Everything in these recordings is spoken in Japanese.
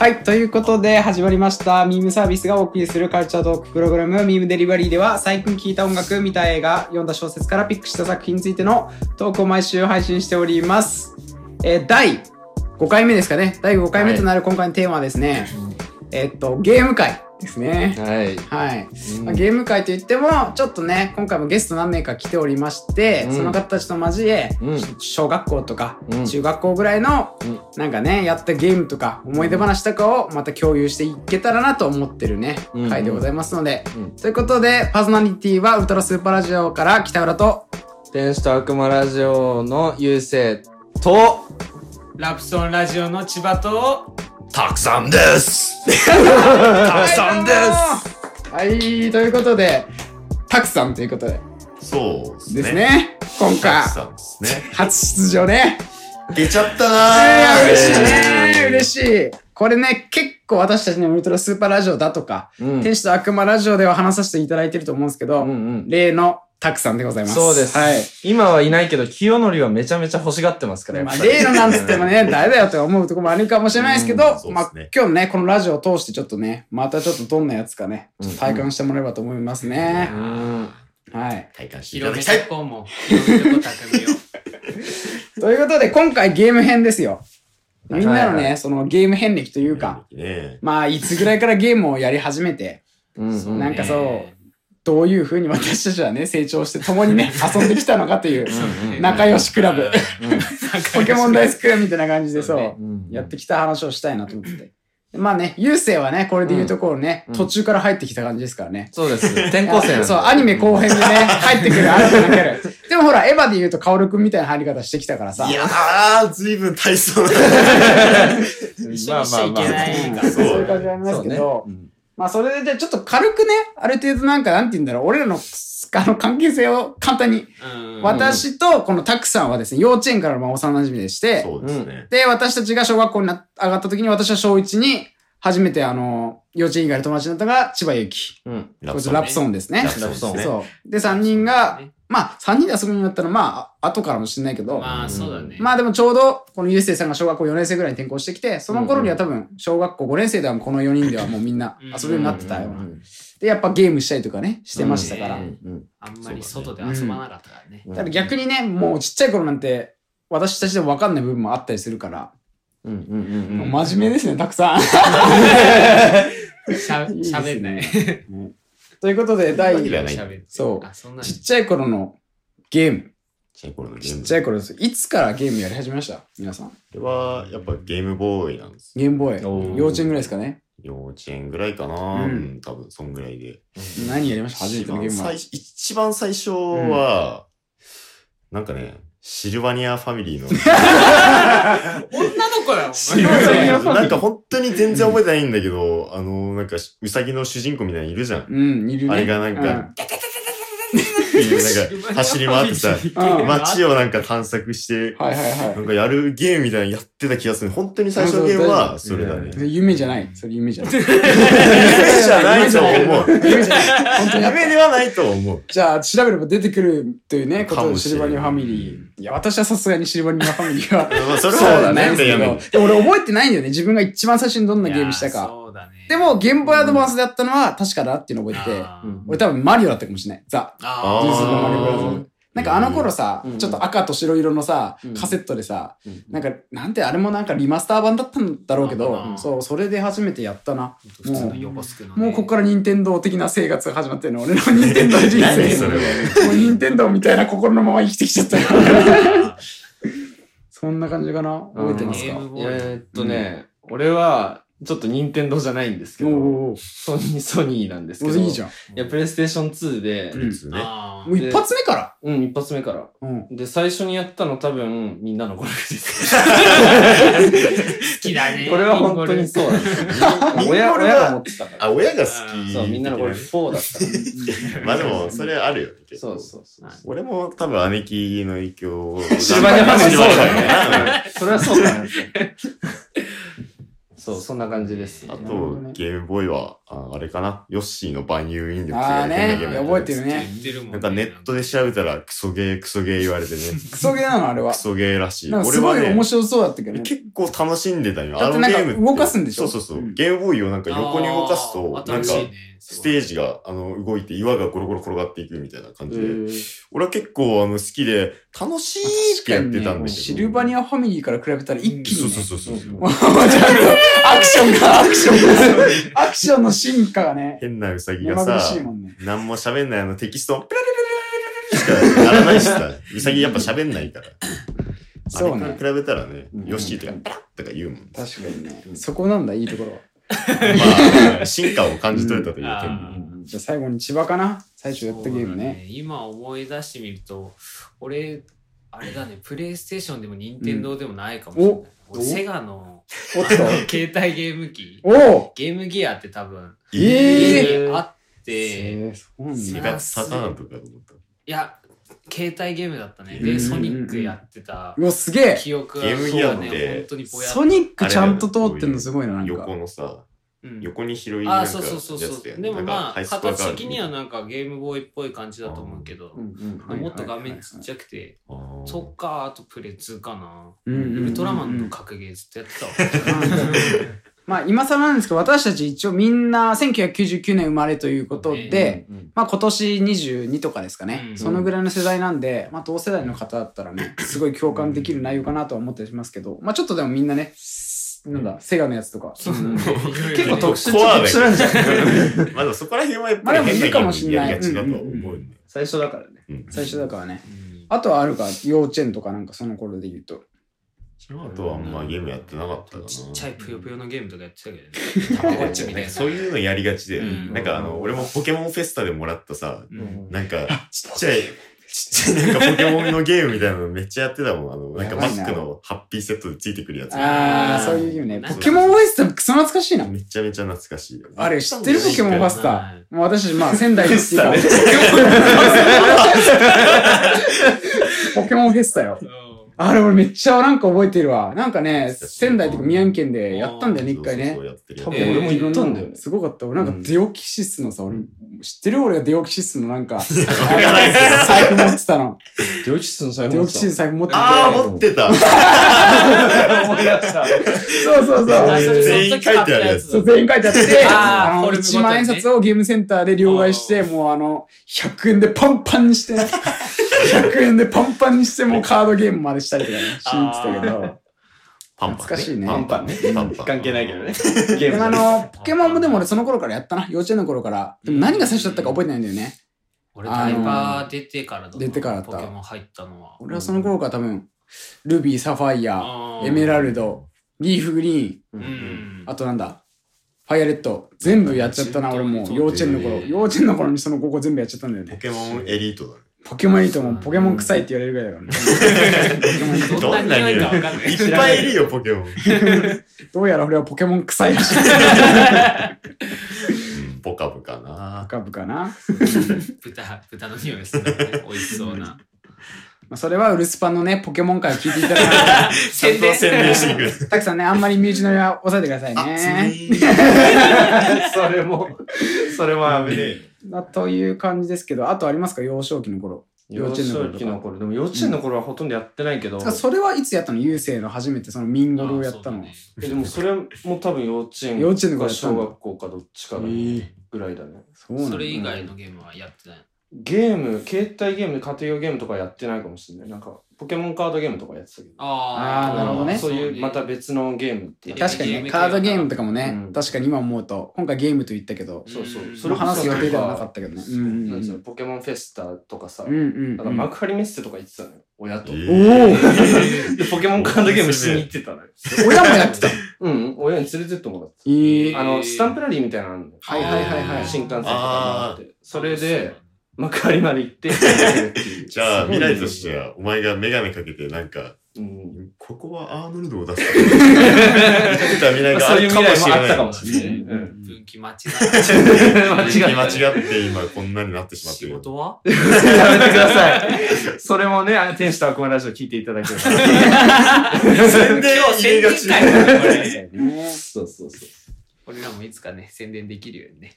はい、ということで始まりましたミームサービスがお送りするカルチャートークプログラムミームデリバリーでは、最近聴いた音楽、見た映画、読んだ小説からピックした作品についてのトークを毎週配信しております。第5回目ですかね。第5回目となる今回のテーマはですね、ゲーム会ですね。はい。ゲーム会といっても、ちょっとね、今回もゲスト何名か来ておりまして、その方たちと交え、小学校とか、中学校ぐらいの、なんかね、やったゲームとか、思い出話とかをまた共有していけたらなと思ってるね、回でございますので。ということで、パーソナリティはウルトラスーパーラジオから北浦と、 天使と悪魔ラジオのゆうせいと、 ラプソンラジオの千葉と、 たくさんですたくさんですはい、ということで、たくさんということで。 そうですね。今回、初出場ね。 出ちゃったなー。嬉しいね。嬉しい。これね、結構私たちのウルトラスーパーラジオだとか、天使と悪魔ラジオでは話させていただいてると思うんですけど、例のたくさんでございます。 そうです。はい。今はいないけど、清則はめちゃめちゃ欲しがってますから。 まあ、例のなんつってもね、誰だよって思うところもあるかもしれないですけど、まあ、今日ね、このラジオを通してちょっとね、またちょっとどんなやつかね、ちょっと体感してもらえばと思いますね。はい。 体感していただきたい。 広げてこうも。広げてこう匠を。 ということで、今回ゲーム編ですよ。みんなのね、そのゲーム遍歴というか、まあ、いつぐらいからゲームをやり始めて、なんかそう、どういう風に私たちはね、成長して共にね、遊んできたのかという、仲良しクラブ、ポケモン大好きみたいな感じでそう、やってきた話をしたいなと思ってて。まあね、ゆうせいはね、これで言うところね、途中から入ってきた感じですからね。 そうです。転校生。 そう、アニメ後編でね、入ってくる新たなキャラ。でもほら、エヴァで言うとカオルくんみたいな入り方してきたからさ。 いやー、ずいぶん大層な。 一緒にしちゃいけないか。 そういう感じありますけど、まあそれでじゃあちょっと軽くね、ある程度なんかなんて言うんだろう、俺らの関係性を簡単に。私とこのタクさんはですね、幼稚園からの幼馴染でして、 そうですね。 で、私たちが小学校に上がった時に私は小1に初めて幼稚園以外の友達になったのが千葉ゆき。ラプソンですね。 ラプソンね。 そう。で、3人が、まあ、3人で遊ぶようになったのは、まあ、後からもしれないけど。 まあ、そうだね。 まあでもちょうど、このゆうせいさんが小学校4年生ぐらいに転校してきて、その頃には多分、小学校5年生ではこの4人ではもうみんな遊ぶようになってたような。で、やっぱゲームしたりとかね、してましたから。 あんまり外で遊ばなかったからね。 だから逆にね、もうちっちゃい頃なんて、私たちでも分かんない部分もあったりするから、真面目ですね、たくさん。 喋んない。 ということで、そう、ちっちゃい頃のゲーム。ちっちゃい頃です。いつからゲームやり始めました皆さん。 これは、やっぱゲームボーイなんです。 ゲームボーイ。幼稚園ぐらいですかね。 幼稚園ぐらいかな。多分、そんぐらいで。 何やりました初めてのゲームは。 一番最初は、なんかね、シルバニアファミリーの。 女の子だよ、 なんか本当に全然覚えてないんだけど、なんか、うさぎの主人公みたいにいるじゃん。 いるね。 あれがなんか、なんか走り回ってさ、街をなんか探索して、なんかやるゲームみたいなのやってた気がする。本当に最初のゲームはそれだね。 夢じゃない。それ夢じゃない。 夢じゃないと思う。夢じゃない。本当に夢ではないと思う。 じゃあ調べれば出てくるというね、ことでシルバニアファミリー。いや、私はさすがにシルバニアファミリーは。 そうだね。 でも俺覚えてないんだよね。自分が一番最初にどんなゲームしたか。でも、ゲームボーイアドバンスでやったのは確かだっていうのを覚えてて、俺多分マリオだったかもしれない。ザ・ジュースのマリオブラザーズ。なんかあの頃さ、ちょっと赤と白色のさ、カセットでさ、なんか、なんてあれもなんかリマスター版だったんだろうけど、そう、それで初めてやったな。もうここから任天堂的な生活が始まってるの。俺の任天堂人生。もう任天堂みたいな心のまま生きてきちゃったよ。そんな感じかな覚えてますか？ 俺は、ちょっと任天堂じゃないんですけど、ソニーなんですけど。 いいじゃん。 いや、プレイステーション2で、 もう一発目から？ 一発目から。で、最初にやったの多分、みんなのゴルフです。 好きだね。 これは本当にそうなんですよ。親が持ってたから。 親が好き。 そう、みんなのゴルフ4だったから。 まあでも、それあるよね。 そう。 俺も多分姉貴の影響を。 シルバニアファミリーそうだよね。それはそうだね。そう、そんな感じです。 あと、ゲームボーイは、 あれかな、ヨッシーの万有引力ああね、覚えてるね。 なんかネットで調べたらクソゲー言われてね。 クソゲーなのあれは。 クソゲーらしい。 なんかすごい面白そうだったけどね。 結構楽しんでたよ。 だってなんか動かすんでしょ？ そう。ゲームボーイをなんか横に動かすと、なんかステージが動いて岩がゴロゴロ転がっていくみたいな感じで。俺は結構好きで楽しいってやってたんだけど。 シルバニアファミリーから比べたら一気に、ね。 そう。 アクションの進化がね。 変なウサギがさ、 ね、 何も喋んないテキストをペラペラペラしかならないしさ、ウサギやっぱ喋んないから。そうね。あれから比べたらね、ヨッシーとかペラッとか言うもん。 確かにね。そこなんだ、いいところは。 まあ、進化を感じ取れたというか。 じゃあ最後に千葉かな？最初やったゲームね。 今思い出してみると、俺、あれだね、プレイステーションでも任天堂でもないかもしれない。セガの携帯ゲーム機、ゲームギアって多分、家にあって、 セガサターンとかと思った。 いや、携帯ゲームだったね。で、ソニックやってた。 うわ、すげえ記憶がゲームギアって本当にぼやっソニックちゃんと通ってんのすごいな、なんか。 横のさ、横に広いなんかそう。でもまあ、形的にはなんかゲームボーイっぽい感じだと思うけど、もっと画面ちっちゃくて、そっか、あとプレ2かな。ウルトラマンの格ゲーずっとやってたわ。 まあ今更なんですけど、私たち一応みんな1999年生まれということで、まあ今年22とかですかね。そのぐらいの世代なんで、まあ同世代の方だったらね、すごい共感できる内容かなとは思ったりしますけど、まあちょっとでもみんなね、なんだ、セガのやつとか。結構特殊なんじゃない？ まあでもそこら辺はやっぱり変なゲームやりがちだと思う。 最初だからね。 最初だからね。あとはあるか、幼稚園とかなんかその頃で言うと。 あとはあんまゲームやってなかったかな。 ちっちゃいぷよぷよのゲームとかやってたけどね。たまごっちみたいな。 そういうのやりがちで、なんか俺もポケモンフェスタでもらったさ、なんかちっちゃいなんかポケモンのゲームみたいなのめっちゃやってたもん。なんかマスクのハッピーセットでついてくるやつ。 ああ、そういうゲームね。ポケモンフェスタクソ懐かしいな。 めちゃめちゃ懐かしい。 あれ知ってるポケモンフェスタ。もう私たちまあ仙台ですけど。ポケモンフェスタよ。あれ俺めっちゃなんか覚えてるわ。なんかね、仙台とか宮城県でやったんだよね、一回ね。 多分俺も行ったんだよね。 すごかった。俺なんかデオキシスのさ、俺知ってる？俺がデオキシスのなんか、財布持ってたの。 デオキシスの財布持ってた。デオキシスの財布持ってた。 ああ、持ってた。 思い出した。 そう。 全員書いてあるやつ。 そう、全員書いてあって、1万円札をゲームセンターで両替して、もう100円でパンパンにして、100円でパンパンにして、もうカードゲームまでしたりとかね、しに行ってたけど。懐かしいね。 パンパンね。関係ないけどね。 ゲームポケモンもでも俺その頃からやったな。幼稚園の頃から。でも何が最初だったか覚えてないんだよね。 俺ダイバー出てからだった。 出てからだった。 ポケモン入ったのは。 俺はその頃から多分、ルビー、サファイア、エメラルド、リーフグリーン、あとなんだ、ファイアレッド。全部やっちゃったな、俺もう幼稚園の頃。幼稚園の頃にその5個全部やっちゃったんだよね。 ポケモンエリートだね。 ポケモンエリートもポケモン臭いって言われるぐらいだからね。 どんな匂いかわかんない。 いっぱいいるよ、ポケモン。 どうやら俺はポケモン臭いらしい。 ポカブかな。 ポカブかな。 豚の匂いするね。美味しそうな。 それはウルスパンのね、ポケモン界を聞いていただかないと。 宣伝していく。 たくさんね、あんまり身内のりは抑えてくださいね。 それは危ねえ。 という感じですけど、あとありますか？幼少期の頃。 幼少期の頃。でも幼稚園の頃はほとんどやってないけど。 それはいつやったの？郵政の初めてそのミンゴルをやったの。 でもそれも多分幼稚園か小学校かどっちかぐらいだね。 それ以外のゲームはやってない。 ゲーム、携帯ゲーム、家庭用ゲームとかやってないかもしれない。なんか、ポケモンカードゲームとかやってたけど。 ああ、なるほどね。 そういう、また別のゲームって。 確かにね、カードゲームとかもね、確かに今思うと、今回ゲームと言ったけど、それ話す予定ではなかったけどね。 ポケモンフェスタとかさ、なんか幕張メッセとか行ってたのよ、親と。で、ポケモンカードゲームしに行ってたのよ。 親もやってた？ 親に連れてってもらって。スタンプラリーみたいなのあるの。 はい。 新幹線とか回って。それで、幕張まで行って。 じゃあ、未来としては、お前がメガネかけて、なんか、ここはアーノルドを出す。そういう未来もあったかもしれない。 分岐間違って今こんなになってしまってる。 仕事はやめてください。それもね、天使と悪魔ラジオ聞いていただければ。 宣伝入れがち。 そう。 俺らもいつかね、宣伝できるようにね。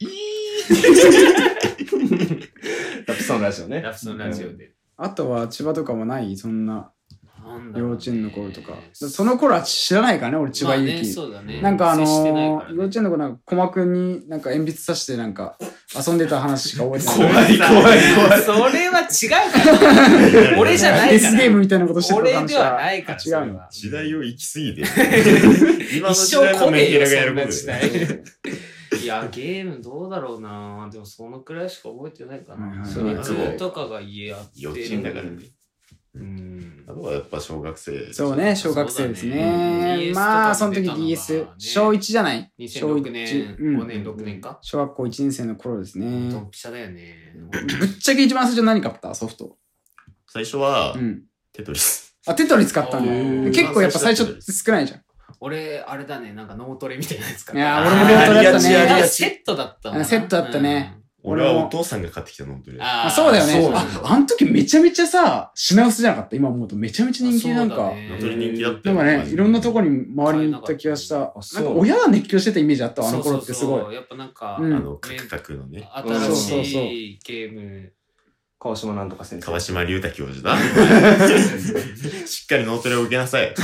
ラプソンラジオね。 ラプソンラジオで。 あとは千葉とかもないそんななんだろうね幼稚園の頃とか。その頃は知らないからね、俺千葉ゆき。 そうだね。 なんか接してないからね幼稚園の頃なんか駒くんになんか鉛筆さしてなんか遊んでた話しか覚えてない。 怖い。 それは違うから。俺じゃないから。 デスゲームみたいなことしてた話俺ではないから。 違うの。 時代を行き過ぎて。今の一時代の生来ねえよ、 メンヘラがやそんなることで。 時代。いや、ゲームどうだろうな。でもそのくらいしか覚えてないかな。 そうスニークとかが家あって。 幼稚園だからね。 うんあ。とはやっぱ小学生。 そうね、小学生ですそうだね。 ねまあ、 DS その時とかも出 DS たのがね。 小1じゃない小 2006年、 うん 5年、6年か。 小学校1年生の頃ですドね。 ンピシャだよね。 ぶっちゃけ一番最初何買ったソフト。 最初はう、ん。 テトリス。 あ、テトリス買ったんだおー。 結構やっぱ最初って少ないじゃん。 俺、あれだね、なんか脳トレみたいなやつかいやな。 俺も脳トレだったねあれセットだったのかなセットだったね。 俺はお父さんが買ってきたの、とりああ、そうだよね。 そうなんだあの時めちゃめちゃさ、品薄じゃなかった今思うとめちゃめちゃ人気なんか。 えず。ノトリ人気だったよなんかね、いろんなとこに回りに行った気がした。なんか親が熱狂してたイメージあったわ、あの頃ってすごい。 やっぱなんか、 うんカクカクのね、 新しいゲーム。 川島なんとか先生。 川島隆太教授だ。しっかり脳トレを受けなさい。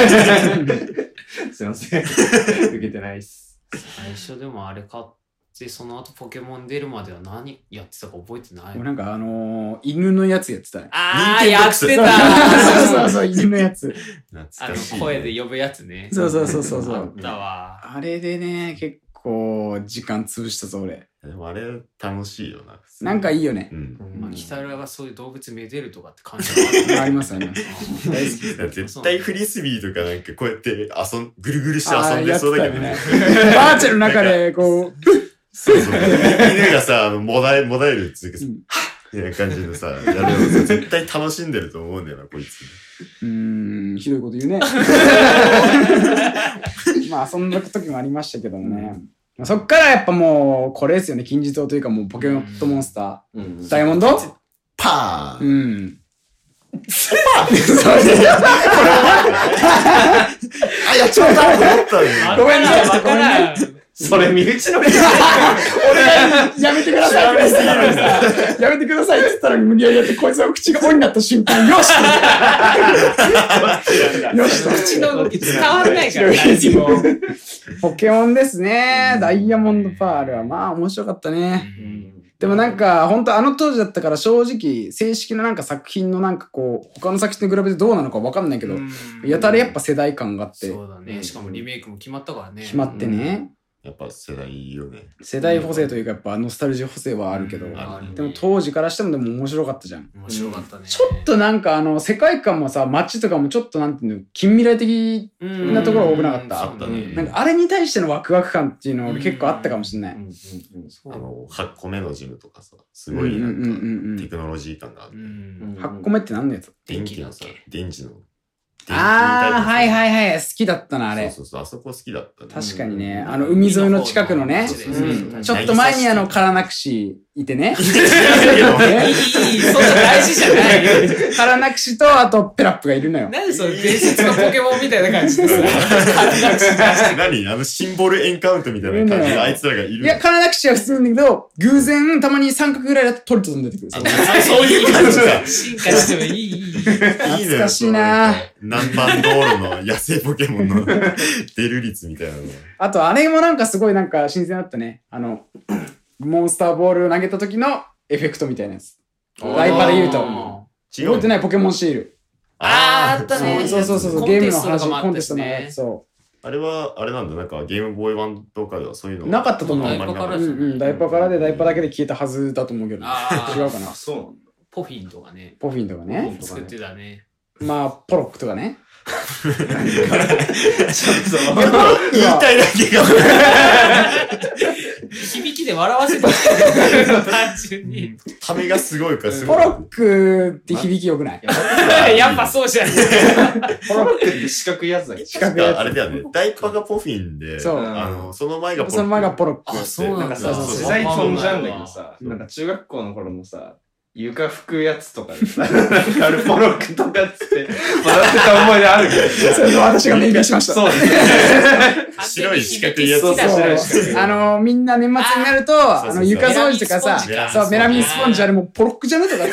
すいません。受けてないっす。 最初でもあれ買って、その後ポケモン出るまでは何やってたか覚えてない俺なんか犬のやつやってたね。 あー、やってそうたそう、犬のやつ。 懐かしいね。 声で呼ぶやつね。 そうそうそうそうそうあったわ。 あれでね、結構時間潰したぞ、俺。 でもあれ楽しいよな。 なんかいいよね。 うん。 まあ、北浦がそういう動物めでるとかって感じがありますあります。大好き。 絶対フリスビーとかなんかこうやってぐるぐるして遊んでそうだけどね。 バーチャルの中で、こう、 そうそう。犬がさ、もだえるっていうかさ、みたいな感じでさ、やるのさ、絶対楽しんでると思うんだよな、こいつ。 ひどいこと言うね。まあ、遊んだ時もありましたけどもね。そっからやっぱもう、これですよね、金字塔というかもうポケモンとモンスター。ダイヤモンドパーンそれであ、やっちまったと思ったのに。 ごめんなさいわからん。 それ身内の俺がやめてくださいって言ったのにさ、やめてくださいって言ったら無理やりやって、こいつの口が鬼になった瞬間、よしよしと。 口の動き伝わんないから、何にも。 ポケモンですね。ダイヤモンドパールはまあ面白かったね。でもなんか、本当あの当時だったから正直、正式ななんか作品のなんかこう、他の作品と比べてどうなのかわかんないけど、やたらやっぱ世代感があって、 そうだね。しかもリメイクも決まったからね。 決まってね。 やっぱ世代よね。 世代補正というかやっぱノスタルジー補正はあるけど、でも当時からしてもでも面白かったじゃん。 面白かったね。 ちょっとなんか世界観もさ、街とかもちょっとなんていうの、近未来的なところが多くなかった。 あったね。 なんかあれに対してのワクワク感っていうのは俺結構あったかもしれない。 8個目のジムとかさ、すごいなんかテクノロジー感がある。 8個目って何のやつ？ 電気のさ、電池の。 ああ、はいはいはい。好きだったな、あれ。 そうそうそう、あそこ好きだったね。 確かにね。海沿いの近くのね。ちょっと前にカラナクシいてね。 いい、そう大事じゃない。 カラナクシと、あとペラップがいるのよ。 何それ伝説のポケモンみたいな感じでさ。 何シンボルエンカウントみたいな感じであいつらがいる。 いや、カラナクシは普通なんだけど、偶然たまに三角ぐらいだとトリトン出てくる。 そういう感じだ。進化してもいい。 懐かしいな。 南蛮道路の野生ポケモンの出る率みたいなの。 あと、あれもなんかすごいなんか新鮮だったね。モンスターボールを投げた時のエフェクトみたいなやつ。ライバル言うと。覚えてないポケモンシール。 あったね。 そうそうそう。ゲームの話、コンテストのやつ。そう。 あれは、あれなんだ、なんかゲームボーイ版とかではそういうのなかったと思う。 ダイパからダイパからでダイパだけで消えたはずだと思うけど。違うかな。 そうなんだ。 ポフィンとかね。 ポフィンとかね。 作ってたね。 まあ、ポロックとかね。 ちょっと、言いたいだけが。 響きで笑わせて単純に。 ためがすごいからすポごい。 ロックって響き良くないやっぱそうじゃん。 ポロックって四角いやつだっけ？ 四角いやつ。 あれだよね。ダイパがポフィンで、 そうその前がポロック。 その前がポロック。 あ、そうなんだ。 なんかさ、世代飛んじゃうんだけどさ、なんか中学校の頃のさ、 床拭くやつとかでさ、アルポロックとかっつって、笑ってた思い出あるけど。 それ私が明言しました。 そうですね。 白い四角いやつ。 そうみんな年末になると、床掃除とかさ、そう、メラミンスポンジあれもうポロックじゃねとかって。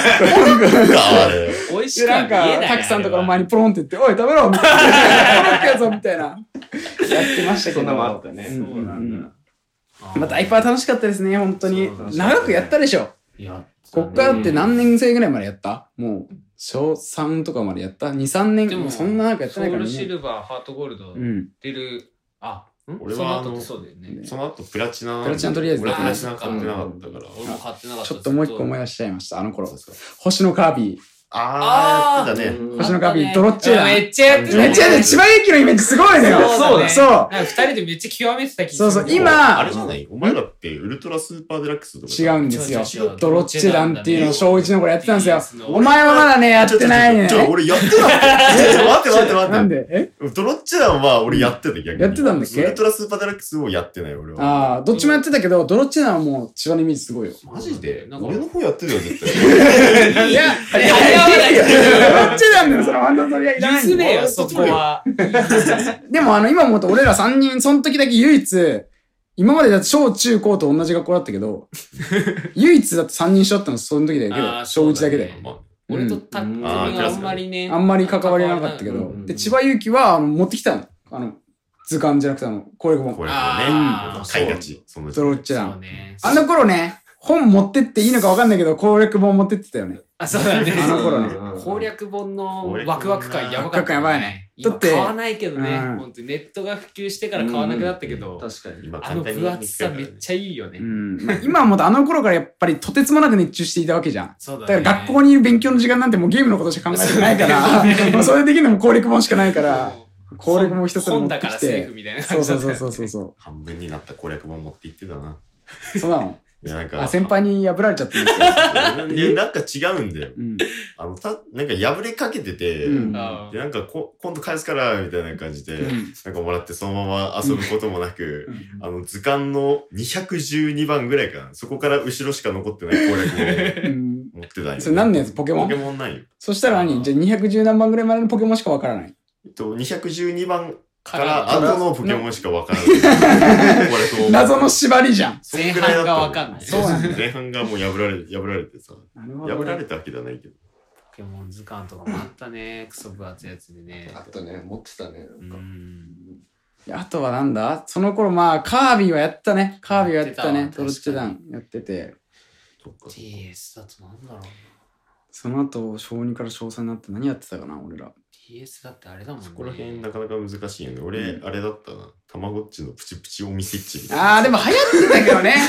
美味しくは見えない。 タクさんとかの前にポロンって言って、おい、食べろみたいな。ポロックやぞみたいな。やってましたけど。 そんなもあったね。 そうなんだ。 まあ、ダイパー楽しかったですね、本当に。長くやったでしょ。こっからって何年生ぐらいまでやった？もう、小3とかまでやった ?2、3年。でもそんな長くやってないからね。 ソウルシルバー、ハートゴールド出る、 俺はそうだよね。 その後プラチナとりあえず。 俺プラチナ買ってなかったから。 俺も買ってなかった。 ちょっともう一個思い出しちゃいました、あの頃。星のカービィ。 やってたね。 星のカービィ、ドロッチェだ。 めっちゃやってた。 めっちゃやってた。千葉駅のイメージすごいのよ。 そうだ。 そう。 二人でめっちゃ極めてた気がする。 そう、今。 あれじゃないお前らってウルトラスーパーデラックスとか違うんですよ。ドロッチェダンっていうのを小1の頃やってたんですよ。お前はまだね、やってないね。 俺やってた待って。 なんでドロッチェダンは俺やってた逆に。 やってたんだっけウルトラスーパーデラックスをやってない俺は。 ああ、どっちもやってたけど、ドロッチェダンはもう千葉のイメージすごいよ。 マジで俺の方やってたよ、絶対。 いや、ドロッチェダンのそのワンダーソリアいらないんだよ。 そこは。 でも今思うと俺ら3人、その時だけ唯一、今までだって小中高と同じ学校だったけど、唯一だって3人一緒だったのその時だけど、小1だけで。 俺とタックがあんまりね。 あんまり関わりなかったけど。で、千葉祐希は持ってきたの。図鑑じゃなくて攻略本。 これね。買いがち。 ドロッチェダン。あの頃ね、本持ってっていいのか分かんないけど、攻略本持ってってたよね。 あ、そうだね。 あの頃ね。 攻略本のワクワク感やばかった。 やばいね。 今買わないけどね。本当にネットが普及してから買わなくなったけど。 確かに。 あの分厚さめっちゃいいよね。 今思うとあの頃からやっぱりとてつもなく熱中していたわけじゃん。 そうだね。だから学校にいる勉強の時間なんてもうゲームのことしか考えてないから、それできるのも攻略本しかないから、攻略本一つ持ってきて。 本だからセーフみたいな感じだった。 そう。 半分になった攻略本持って行ってたな。 そうなの？ いやなんか先輩に破られちゃってるんですよ。なんか違うんだよ。なんか破れかけてて、でなんか今度返すからみたいな感じで、なんかもらってそのまま遊ぶこともなく、図鑑の212番ぐらいかな。そこから後ろしか残ってない攻略を持ってたんよ。 それ何のやつ？ポケモン？ ポケモンないよ。 そしたら何？じゃあ210何番ぐらいまでのポケモンしかわからない。 212番から後のポケモンしかわからない。 謎の縛りじゃん。 前半がわかんない。 そうなんだ。 前半がもう破られてさ。破られたわけじゃないけど。 ポケモン図鑑とかもあったね。クソ分厚いやつでね。 あったね。持ってたね。 あとはなんだ？その頃カービィはやったね。カービィはやってたね。ドロッチェダンやってて。 DS だとなんだろうな。 その後、小2から小3になって何やってたかな、俺ら。 DS だってあれだもんね。 そこら辺なかなか難しいよね。俺、あれだったな。たまごっちのプチプチおみスイッチみたいな。 ああ、でも流行ってたけどね。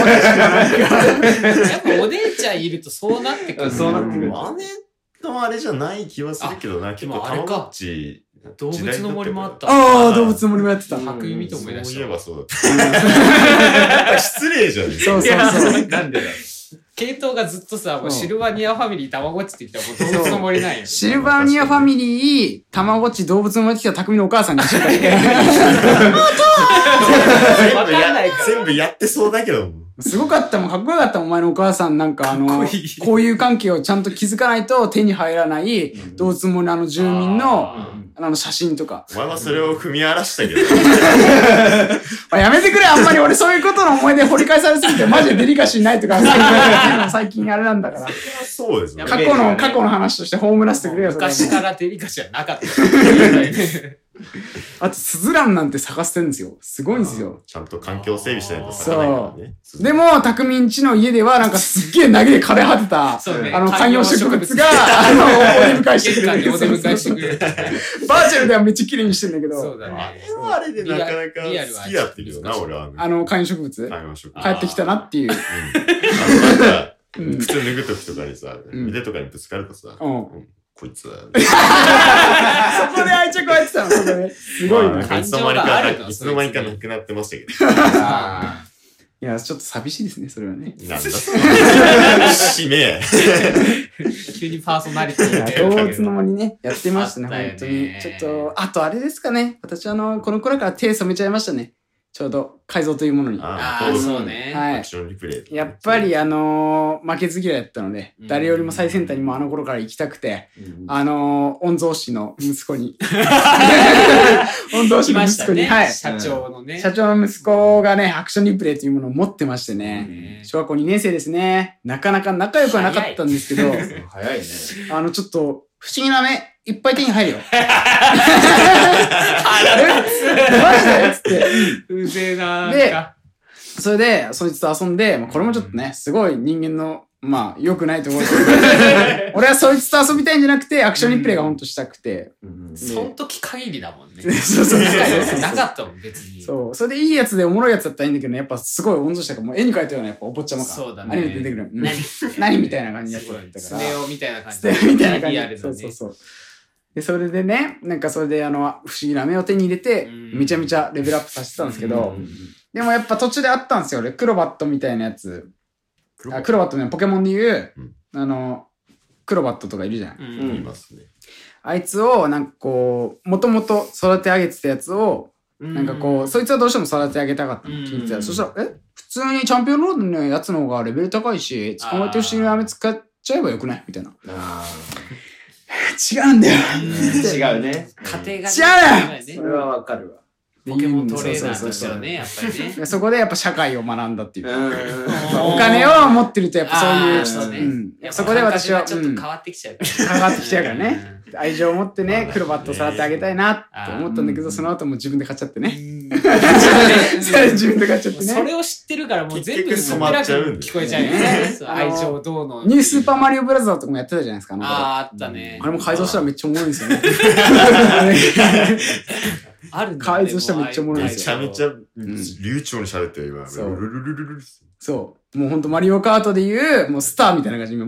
やっぱお姉ちゃんいるとそうなってくる。 そうなってくる。 姉のあれじゃない気はするけどな。結構たまごっち。 動物の森もあった。 ああ、動物の森もやってた。 白弓と思い出した。 そういえばそうだった。失礼じゃん。 そう。 なんでだ系統がずっとさ、もうシルバニアファミリーたまごっちって言ったらもう動物の森なんよ。 シルバニアファミリー、たまごっち動物の森って来た匠のお母さんに一緒に全部やってそうだけど。 すごかったもん、かっこよかったもん、お前のお母さんなんかこういう関係をちゃんと気づかないと手に入らない動物の森の住民の写真とか。 お前はそれを踏み荒らしたけど。 やめてくれ、あんまり俺そういうことの思い出掘り返されすぎてマジでデリカシーないとか最近あれなんだから。 そうですね。 過去の話として葬らせてくれよ。 昔からデリカシーはなかった。 あと、スズランなんて探してるんですよ。すごいんですよ。 ちゃんと環境整備しないと探さないからね。 でも、匠んちの家ではなんかすっげえ投げで枯れ果てた、観葉植物が、お出迎えしてくれる。 お出迎えしてくれる。 バーチャルではめっちゃ綺麗にしてんだけど。 そうだね。 あれはあれでなかなか好きだったけどな、俺は。 観葉植物帰ってきたなっていう。 なんか、靴脱ぐときとかにさ、腕とかにぶつかるとさ、こいつは。 そこで愛着湧いてたの、そこで。すごいね。 いつの間にかなくなってましたけど。 いや、ちょっと寂しいですね、それはね。 なんだ締め。 急にパーソナリティ動物の森ね、やってましたね、本当に。ちょっと、あとあれですかね。私この頃から手染めちゃいましたね。 ちょうど改造というものに。 そうね。 はい。 アクションリプレイ。 やっぱり負けず嫌いだったので、誰よりも最先端にもあの頃から行きたくて、御曹司の息子に。御曹司の息子に、はい。 社長のね。 社長の息子がね、アクションリプレイというものを持ってましてね、小学校2年生ですね。なかなか仲良くはなかったんですけど、 早いね。 ちょっと、不思議な目、いっぱい手に入るよ。マジでつって。 うぜえな。 で、それで、そいつと遊んで、これもちょっとね、すごい人間の、良くないところで。俺はそいつと遊びたいんじゃなくて、アクションリプレイがほんとしたくて。 その時限りだもんね。 そう。 なかったもん、別に。 そう。それでいいやつでおもろいやつだったらいいんだけどね、やっぱすごい温存したから、もう絵に描いたようなやっぱお坊ちゃまか。 そうだね。 アニメ出てくる。何みたいな感じになってたから。 スネ夫みたいな感じ。 スネ夫みたいな感じ。そう。で、それでね、なんかそれで不思議な目を手に入れて、めちゃめちゃレベルアップさせてたんですけど、でもやっぱ途中であったんですよ、俺。クロバットみたいなやつ。クロバットね、ポケモンで言う、クロバットとかいるじゃん。 いますね。 あいつを、なんかこう、もともと育て上げてたやつを、なんかこう、そいつはどうしても育て上げたかったの。聞いてた。そしたら、普通にチャンピオンロードのやつの方がレベル高いし、捕まえて不思議な飴使っちゃえばよくないみたいな。違うんだよ。 違うね。 家庭が違うね。 それはわかるわ。 ポケモントレーナーとしてはね、やっぱりね。 そこでやっぱ社会を学んだっていう。お金を持ってるとやっぱそういう、そこで私はちょっと変わってきちゃうから。 変わってきちゃうからね。愛情を持ってね、クロバットを触ってあげたいなって思ったんだけど、その後も自分で買っちゃってね。自分で買っちゃってね。 それを知ってるからもう全部染まっちゃう。聞こえちゃうよね。愛情どうの。 ニュースーパーマリオブラザーとかもやってたじゃないですか。 あったね。 あれも改造したらめっちゃおもろいんですよね。 あるんだ。 改造したらめっちゃおもろいんめですよ。 ちゃめちゃ流暢に喋ってる今。 そう。もうほんとマリオカートでいう、もうスターみたいな感じで、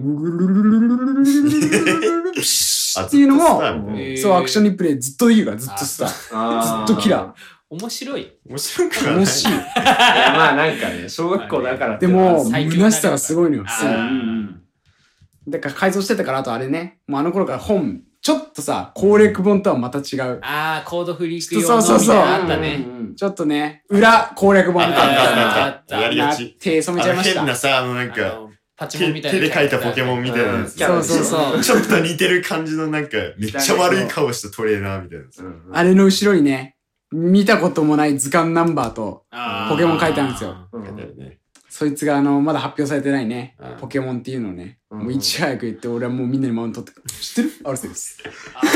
っていうのも、そう、アクションリプレイずっとできるから、ずっとスター。ずっとキラー。 面白い。 面白くない。 面白い。 いや、なんかね、小学校だからでも、虚しさがすごいのよ。 そう。 だから改造してたから、あとあれね、もうあの頃から本、ちょっとさ、攻略本とはまた違う。 コードフリーク用のみたいなあったね。 ちょっとね、裏攻略本みたいな。 あった。やりがち。 手染めちゃいました。 変なさ、なんか、 パチモンみたいな。 手で描いたポケモンみたいなやつ。 そう。 ちょっと似てる感じのなんか、めっちゃ悪い顔したトレーナーみたいなやつ。 あれの後ろにね、見たこともない図鑑ナンバーと、ポケモン書いてあるんですよ。そいつがまだ発表されてないね、ポケモンっていうのをね、もういち早く言って、俺はもうみんなにマウント取って、知ってるアルセウス。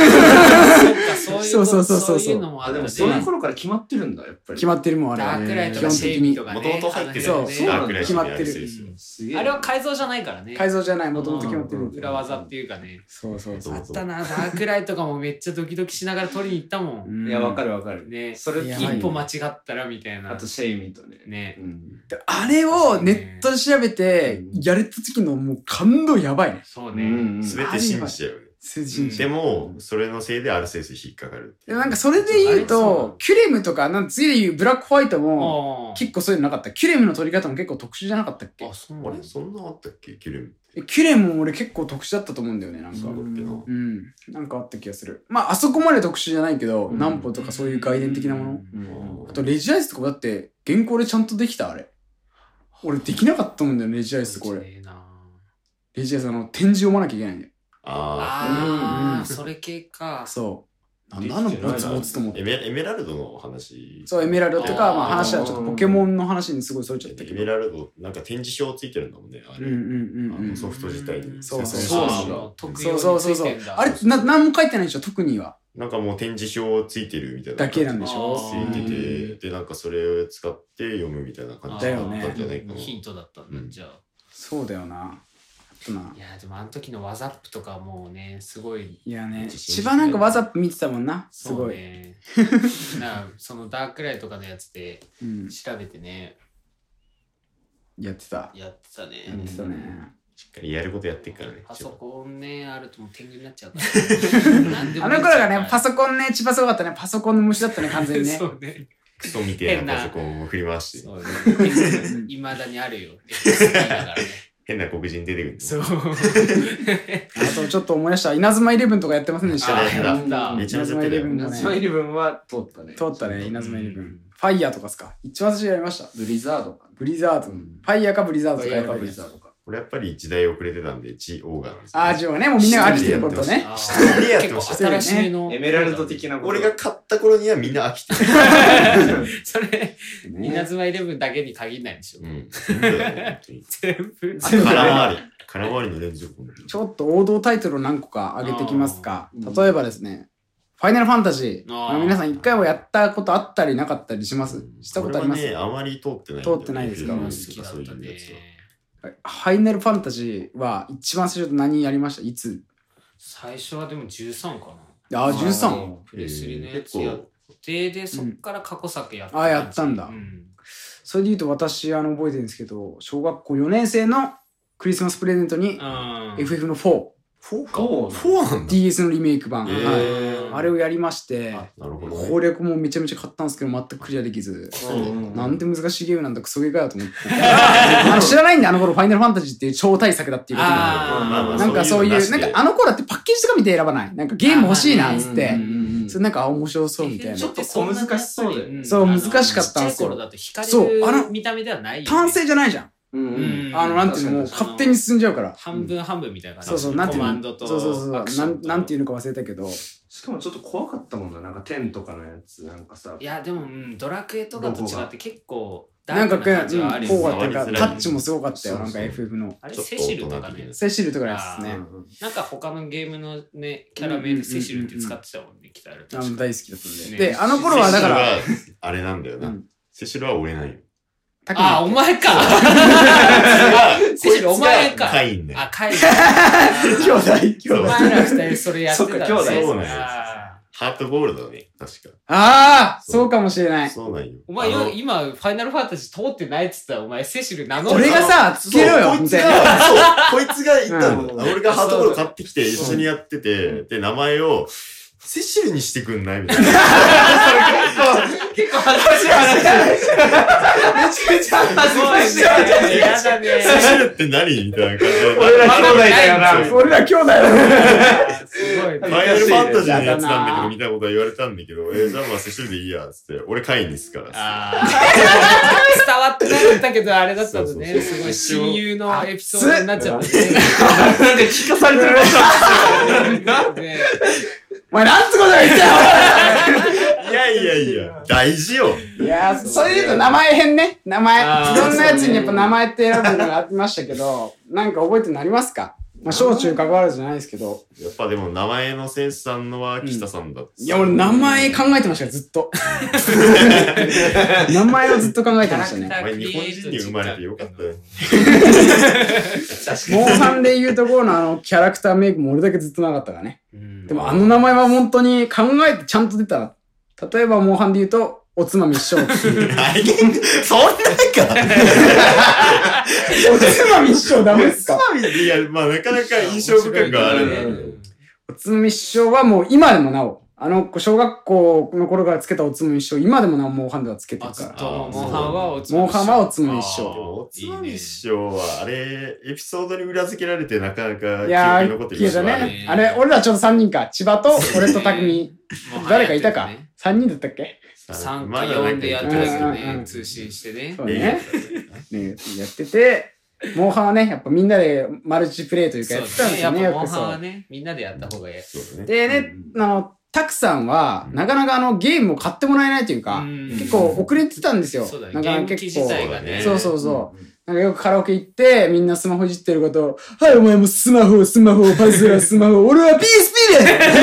そういうのもある。 でも、そういう頃から決まってるんだ、やっぱり。 決まってるもん、あれは。 ダークライトがシェイミとかね。 もともと入ってる。 そう、 決まってる。 あれは改造じゃないからね。 改造じゃない、もともと決まってる。 裏技っていうかね。 そう。 あったな、ダークライトとかもめっちゃドキドキしながら取りに行ったもん。 いや、わかる。 ね、 それ一歩間違ったらみたいな。 あと、シェイミとね。 ね。 あれをネットで調べて、やれた時のもう感動やばいね。 そうね。 すべて信じちゃう。でも、それのせいでアルセウス引っかかる。 なんかそれで言うと、キュレムとか、次で言うブラックホワイトも、結構そういうのなかった。キュレムの取り方も結構特殊じゃなかったっけ？ あれそんなあったっけキュレム。 キュレムも俺結構特殊だったと思うんだよね、なんか。なんかあった気がする。あそこまで特殊じゃないけど、ナンポとかそういう外伝的なもの。あと、レジアイスとかだって、原稿でちゃんとできたあれ。俺できなかったもんだよ、レジアイスこれ。レジアイス展示読まなきゃいけないんだよ。 それ系か。 そう。なんボツボツと思って。 エメラルドの話。 そう、エメラルドとか、話はちょっとポケモンの話にすごいそれちゃったけど。 エメラルド、なんか展示表ついてるんだもんね、あれ。ソフト自体に。 そう。 あれ、何も書いてないでしょ、特には。 なんかもう展示表ついてるみたいな。 だけなんでしょ？ ついてて、で、なんかそれを使って読むみたいな感じだったんじゃないかな。 ヒントだったんだ、じゃあ。 そうだよな。 いや、でもあの時のワザップとかもうね、すごい。 いやね、千葉なんかワザップ見てたもんな。すごい。 そのダークライとかのやつで調べてね。 やってたね。 しっかりやることやってるからね。 パソコンね、あるともう天狗になっちゃうから。 あの頃がね、パソコンね、千葉すごかったね。パソコンの虫だったね、完全にね。 そうね。 クソみてえなパソコンを振り回して。 そうね。未だにあるよ。SP だからね。 変な黒人出てくる。 そう。 あとちょっと思い出した。稲妻イレブンとかやってませんでした。 やった。 めちゃめちゃやってたよ。 稲妻イレブンは通ったね。 通ったね、稲妻イレブン。ファイヤーとかっすか。一番最初やりました。 ブリザードか。 ブリザード。ファイヤーかブリザードとかやっぱり。 俺やっぱり時代遅れてたんで、ジオーガなんですよ。 ジオーガね、もうみんなが飽きてることね。 結構新しめの。 エメラルド的なこと。 俺が買った頃にはみんな飽きてる。 それ、稲妻イレブンだけに限らないでしょ。全部。 空回りの連続。 ちょっと王道タイトルを何個か挙げてきますか。例えばですね、ファイナルファンタジー。皆さん一回もやったことあったりなかったりしますしたことありますね、あまり通ってない。 通ってないですか。 好きだったね。 ファイナルファンタジーは一番最初何やりましたいつ最初はでも13かな。13。 プレスリのやつやって、で、そっから過去作やった。 やったんだ。それで言うと私覚えてるんですけど、小学校4年生のクリスマスプレゼントに FF の4。 4か ?4 なんだ。 DS のリメイク版。あれをやりまして、攻略もめちゃめちゃ買ったんですけど、全くクリアできず、なんて難しいゲームなんだ、クソゲーかよと思って。知らないんで、あの頃ファイナルファンタジーっていう超大作だっていうことなんかそういう、なんかあの頃だってパッケージとか見て選ばない。なんかゲーム欲しいなっつって、それなんか面白そうみたいな。 ちょっと小難しそうで。 そう、難しかったんですよ。 そう、見た目ではない。 単性じゃないじゃん。なんていうのもう勝手に進んじゃうから。 半分半分みたいな感じ。 そう、なんていうのなんていうのか忘れたけど。 しかもちょっと怖かったもんな、なんか10とかのやつ、なんかさ。 いや、でも、ドラクエとかと違って結構、 なんか、こうやってタッチもすごかったよ、なんか FF の。 あれ、セシルとかね。 セシルとかのやつですね。 なんか他のゲームのね、キャラ名でセシルって使ってたもんね、北原。 大好きだったんで。で、あの頃はだから。 あれなんだよな。セシルは俺ないよ。 お前か。セシル、お前か。 カインね。 カイン。 兄弟。 お前ら二人それやってた。 そっか、兄弟。 そうなんや。ハートゴールドだね、確か。 そうかもしれない。 そうなんよ。 お前今、ファイナルファンタジー通ってないっつったら、お前セシル名乗る。 俺がさ、つけろよみたいな。 こいつが言ったの。俺がハートゴールド買ってきて一緒にやってて、で、名前を、セシルにしてくんないみたいな。 結構恥ずかしい話だ。めちゃめちゃ恥ずかしい話。 嫌だね。 セシルって何みたいな感じで。 俺ら兄弟だよな。 俺ら兄弟だよ。 すごい。 ファイナルファンタジーのやつなんだけど、みたいなこと言われたんだけど、じゃあまあセシルでいいや、つって。俺カインにすから。 伝わってなかったけど、あれだったのね。すごい親友のエピソードになっちゃったね。 なんで聞かされてるのね。 お前なんつこと言ったよいや、大事よ。 いや、それで言うと名前編ね。名前。いろんなやつにやっぱ名前って選ぶのがありましたけど、なんか覚えてるのありますか？まあ、小中関わらずじゃないですけど。 やっぱでも名前のセンスさんのは北さんだった。 いや、俺名前考えてましたよ、ずっと。名前をずっと考えてましたね。 お前日本人に生まれてよかったよ。 モンハンで言うところのキャラクターメイクも俺だけずっとなかったからね。でもあの名前は本当に考えてちゃんと出た。例えばモンハンで言うと、おつまみ師匠っていう。 そんなかおつまみ師匠ダメですか？ おつまみいや、まあなかなか印象深くはあるね。 おつまみ師匠はもう今でもなお、小学校の頃からつけたおつまみ師匠、今でもなおモンハンではつけてるから。 モンハンはおつまみ師匠。 おつまみ師匠は、あれ、エピソードに裏付けられてなかなか記憶に残ってる。 消えたね。あれ、俺らちょうど3人か。千葉と俺と匠。誰かいたか ?3 人だったっけ 3か4でやってたけどね、通信してね。 そうね。やってて、モンハンはね、やっぱみんなでマルチプレイというかやってたんですよね、 やっぱモンハンはね、みんなでやった方がいい。 でね、タクさんは、なかなかゲームを買ってもらえないというか、結構遅れてたんですよ。 そうだね、ゲーム機自体がね。 そうそうそう。なんかよくカラオケ行って、みんなスマホいじってること、はい、お前もスマホ、パズル、スマホ、俺は PSP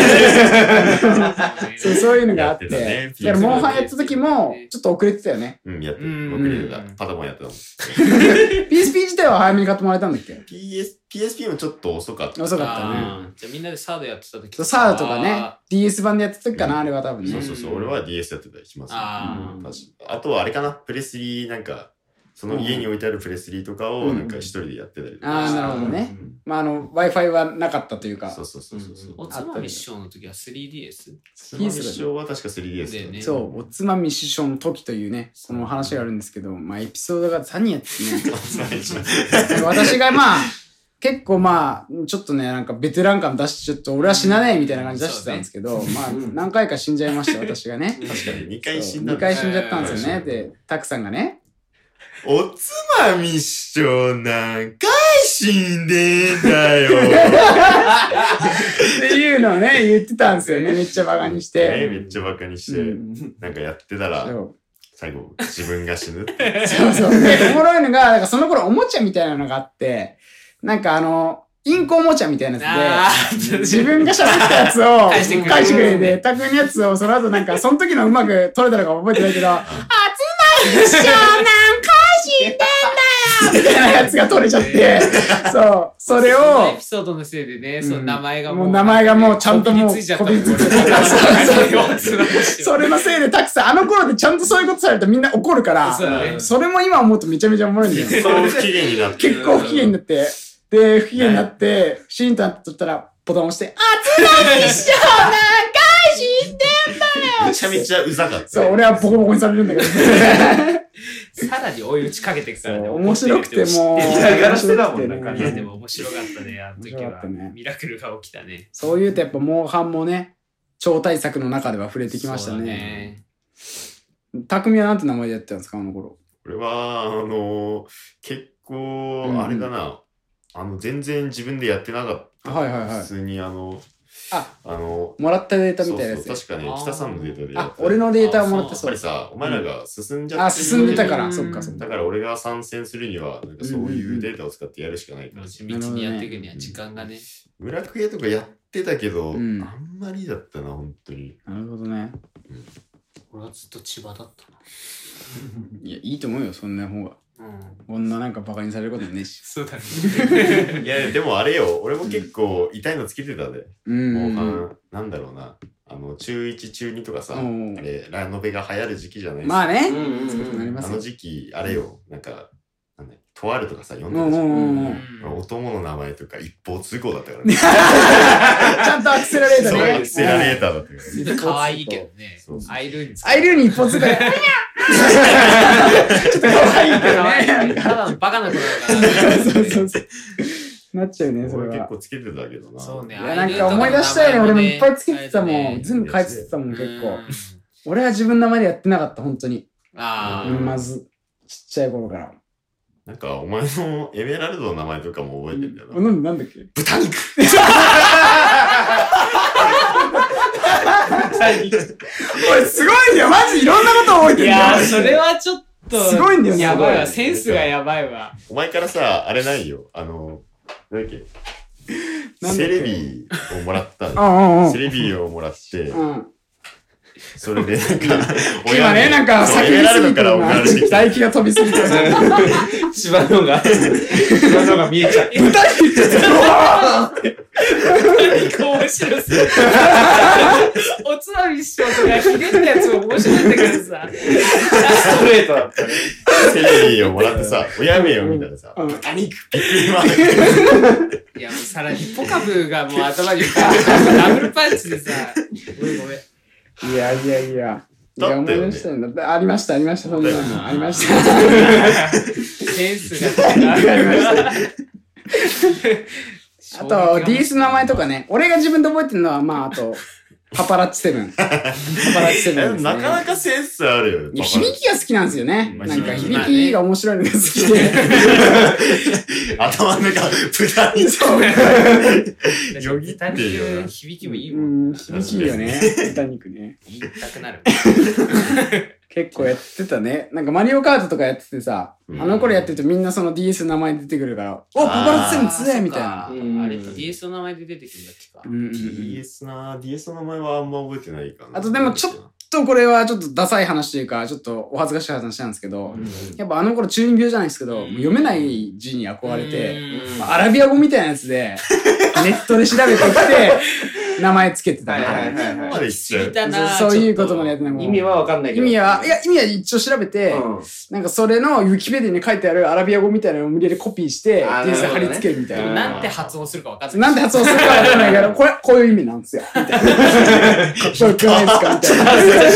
でそういうのがあって。だからモンハンやった時も、ちょっと遅れてたよね。 やってる。遅れてた。パタモンやってたもん。 PSP 自体は早めに買ってもらえたんだっけ？ PSP もちょっと遅かった。 遅かったね。 じゃあみんなでサードやってた時サードとかね、DS 版でやってた時かな、あれは多分ね。 そう。俺は DS やってたりします。あとはあれかな、プレスリーなんか、 その家に置いてあるプレスリーとかをなんか一人でやってたりとか。 なるほどね。まあWi-Fi はなかったというか。 そう。 おつまみ師匠の時は 3DS？ おつまみ師匠は確か 3DS だね。 そう、おつまみ師匠の時というね、その話があるんですけど、まあエピソードが3人やってね。私がまあ、結構まあ、ちょっとね、なんかベテラン感出して、ちょっと俺は死なねえみたいな感じ出してたんですけど、まあ、何回か死んじゃいました、私がね。 確かに2回死んだ。 2回死んじゃったんですよね。で、たくさんがね。 おつまみ師匠何回死んでんだよ。 っていうのをね、言ってたんですよね。めっちゃバカにして。 めっちゃバカにして、なんかやってたら、最後自分が死ぬって。 そう。で、おもろいのが、なんかその頃おもちゃみたいなのがあって、なんかインコおもちゃみたいなやつで、自分が喋ったやつを返してくれて、タクのやつをその後なんか、その時のうまく撮れたのか覚えてないけど、あつまみ師匠何回死んでんだよみたいなやつが撮れちゃって、そう、それを、 エピソードのせいでね、その名前がもうちゃんともう、こびりついちゃった。それのせいでたくさん、あの頃でちゃんとそういうことされるとみんな怒るから、それも今思うとめちゃめちゃおもろいんだよ。 結構不機嫌になって。 結構不機嫌になって。で、不機嫌になって、シーンとなったとったら、ボタン押して、あつまみ師匠何回死んでんだよめちゃめちゃうざかった。 そう、俺はボコボコにされるんだけど。 さらに追い打ちかけてくからね。 面白くてもう。 嫌がらせだもんね。 いや、でも面白かったね、あの時は。ミラクルが起きたね。 そういうとやっぱモンハンもね、超大作の中では触れてきましたね。匠はなんて名前でやってたんですか、あの頃。 俺は、結構、あれだな。全然自分でやってなかった。普通にもらったデータみたいなやつ。 確かね、北さんのデータでやった。俺のデータをもらってそう。 やっぱりさ、お前らが進んじゃって。 進んでたから、そっか。 だから俺が参戦するには、なんかそういうデータを使ってやるしかないから。 地道にやっていくには時間がね。 村クエとかやってたけど、あんまりだったな、本当に。 なるほどね。 俺はずっと千葉だったな。 いや、いいと思うよ、そんな方が。こんななんかバカにされることもねえし。 そうだね。 いや、でもあれよ、俺も結構痛いのつけてたで。なんだろうな。中1、中2とかさ、あれ、ラノベが流行る時期じゃないですか。 まあね。 あの時期、あれよ、なんか、とあるとかさ、読んでたじゃん。お供の名前とか一方通行だったからね。 ちゃんとアクセラレーターね。 そう、アクセラレーターだったから。 可愛いけどね。アイルーに一方通行で。ちょっと可愛いけどね。 ただのバカな子だから。 そう。なっちゃうね、それは。 結構つけてたけどな。 そうね。 なんか思い出したよね。俺もいっぱいつけてたもん。全部書いてたもん、結構。俺は自分の名前でやってなかった、本当に。まず、ちっちゃい頃から。 なんか、お前のエメラルドの名前とかも覚えてんだよな。 なんだっけ？ 豚肉おい、すごいんだよ。マジいろんなこと覚えてるんだよ。 いや、それはちょっと。 すごいんだよ、 やばいわ。センスがやばいわ。 お前からさ、あれないよ。なんだっけ。セレビーをもらったの。セレビーをもらって、それでなんか、 今ね、なんか先にすぎて唾液が飛びすぎて。 芝のが見えちゃう。 豚肉って面白すぎる。おつまみ師匠とかひねったやつも面白いんだけどさ。 ストレートだったね。 セレビーをもらってさ、親名を見たらさ、豚肉びっくりマーク。 いや、もうさらにポカブがもう頭にダブルパンチでさ、ごめん。 いや。思い出したんだ。ありました、そんなの。ありました。 センスがありました。あと、DS の名前とかね。俺が自分で覚えてるのは、まあ、あと、パパラッチ7。パパラッチ7ですね。 なかなかセンスあるよ。 響きが好きなんですよね。なんか響きが面白いのが好きで。 頭の中、豚にそう。 よぎったる響きもいいもん。 響きいいよね。豚肉ね。 言いたくなる。 結構やってたね。なんかマリオカートとかやっててさ、あの頃やってるとみんなその DS の名前出てくるから、お、パパラッチ7強えみたいな。 あれ DS の名前で出てくるんだっけか。 DS の名前はあんま覚えてないかな。 あとでもちょっとこれはちょっとダサい話というか、ちょっとお恥ずかしい話なんですけど、やっぱあの頃中二病じゃないですけど、読めない字に憧れて、アラビア語みたいなやつで、ネットで調べてきて、 名前つけてたまで一緒そういうことまでやってない。 意味はわかんないけど。 意味は一応調べて、なんかそれのウィキペディに書いてあるアラビア語みたいなのを無理やりコピーして、実際貼り付けるみたいな。 なんて発音するかわかんない。 なんて発音するかわかんないけど、こういう意味なんですよ。みたいな。かっこよくないですかみたいな。